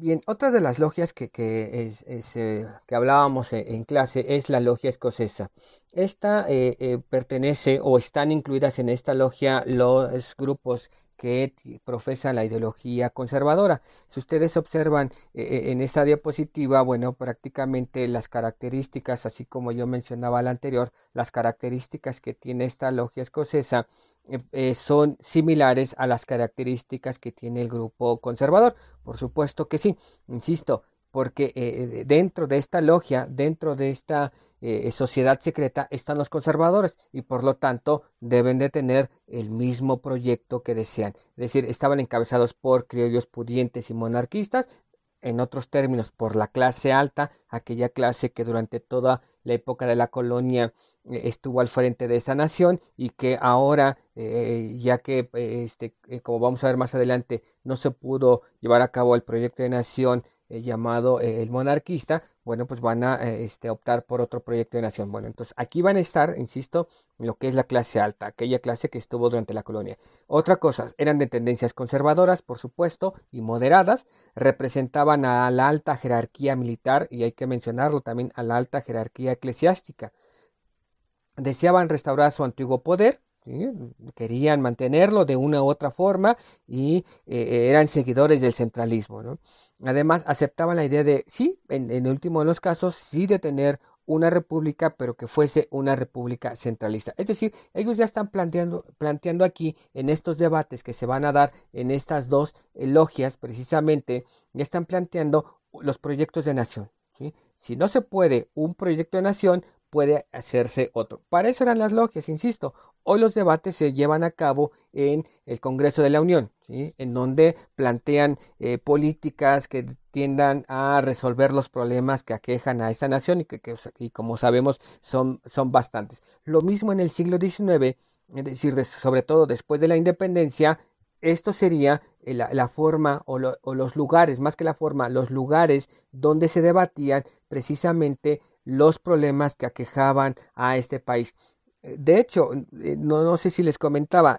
Bien, otra de las logias que hablábamos en clase es la logia escocesa. Esta pertenece o están incluidas en esta logia los grupos que profesan la ideología conservadora. Si ustedes observan en esta diapositiva, bueno, prácticamente las características, así como yo mencionaba la anterior, las características que tiene esta logia escocesa son similares a las características que tiene el grupo conservador. Por supuesto que sí, insisto, porque dentro de esta logia, dentro de esta sociedad secreta, están los conservadores y por lo tanto deben de tener el mismo proyecto que desean. Es decir, estaban encabezados por criollos pudientes y monarquistas, en otros términos, por la clase alta, aquella clase que durante toda la época de la colonia estuvo al frente de esta nación y que ahora, ya que, como vamos a ver más adelante, no se pudo llevar a cabo el proyecto de nación llamado el monarquista, bueno, pues van a optar por otro proyecto de nación. Bueno, entonces aquí van a estar, insisto, en lo que es la clase alta, aquella clase que estuvo durante la colonia. Otra cosa, eran de tendencias conservadoras, por supuesto, y moderadas, representaban a la alta jerarquía militar y hay que mencionarlo también a la alta jerarquía eclesiástica. Deseaban restaurar su antiguo poder, ¿sí? Querían mantenerlo de una u otra forma y eran seguidores del centralismo, ¿no? Además, aceptaban la idea de, sí, en el último de los casos, sí de tener una república, pero que fuese una república centralista. Es decir, ellos ya están planteando aquí, en estos debates que se van a dar en estas dos logias, precisamente, ya están planteando los proyectos de nación, ¿sí? Si no se puede un proyecto de nación, puede hacerse otro. Para eso eran las logias, insisto. Hoy los debates se llevan a cabo en el Congreso de la Unión, ¿sí? En donde plantean políticas que tiendan a resolver los problemas que aquejan a esta nación y como sabemos son bastantes. Lo mismo en el siglo XIX, es decir, sobre todo después de la independencia, esto sería la forma o los lugares, más que la forma, los lugares donde se debatían precisamente los problemas que aquejaban a este país. De hecho, no sé si les comentaba,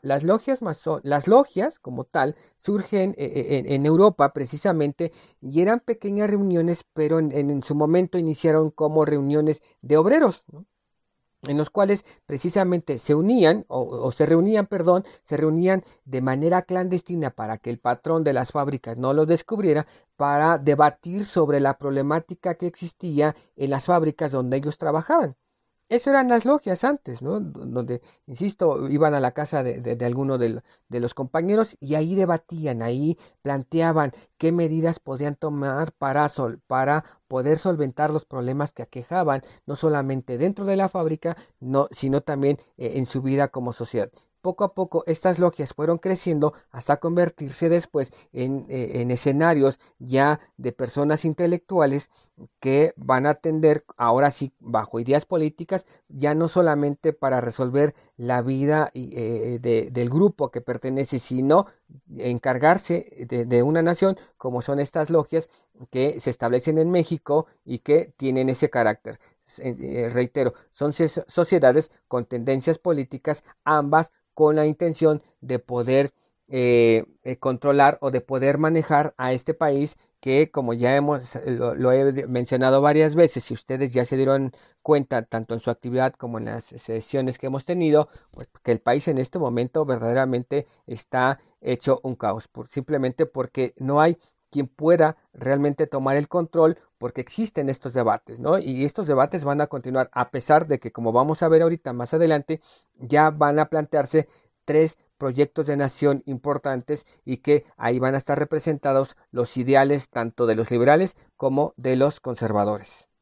las logias como tal surgen en Europa precisamente y eran pequeñas reuniones, pero en su momento iniciaron como reuniones de obreros, ¿no? En los cuales precisamente se unían o se reunían, perdón, se reunían de manera clandestina para que el patrón de las fábricas no lo descubriera, para debatir sobre la problemática que existía en las fábricas donde ellos trabajaban. Eso eran las logias antes, ¿no? Donde, insisto, iban a la casa de alguno de los compañeros y ahí debatían, ahí planteaban qué medidas podían tomar para poder solventar los problemas que aquejaban, no solamente dentro de la fábrica, no, sino también en su vida como sociedad. Poco a poco estas logias fueron creciendo hasta convertirse después en escenarios ya de personas intelectuales que van a atender ahora sí bajo ideas políticas, ya no solamente para resolver la vida del grupo que pertenece, sino encargarse de una nación como son estas logias que se establecen en México y que tienen ese carácter. Reitero, son sociedades con tendencias políticas, ambas con la intención de poder controlar o de poder manejar a este país que como ya lo he mencionado varias veces, si ustedes ya se dieron cuenta tanto en su actividad como en las sesiones que hemos tenido, pues que el país en este momento verdaderamente está hecho un caos, simplemente porque no hay quien pueda realmente tomar el control porque existen estos debates, ¿no? Y estos debates van a continuar a pesar de que, como vamos a ver ahorita más adelante, ya van a plantearse tres proyectos de nación importantes y que ahí van a estar representados los ideales tanto de los liberales como de los conservadores.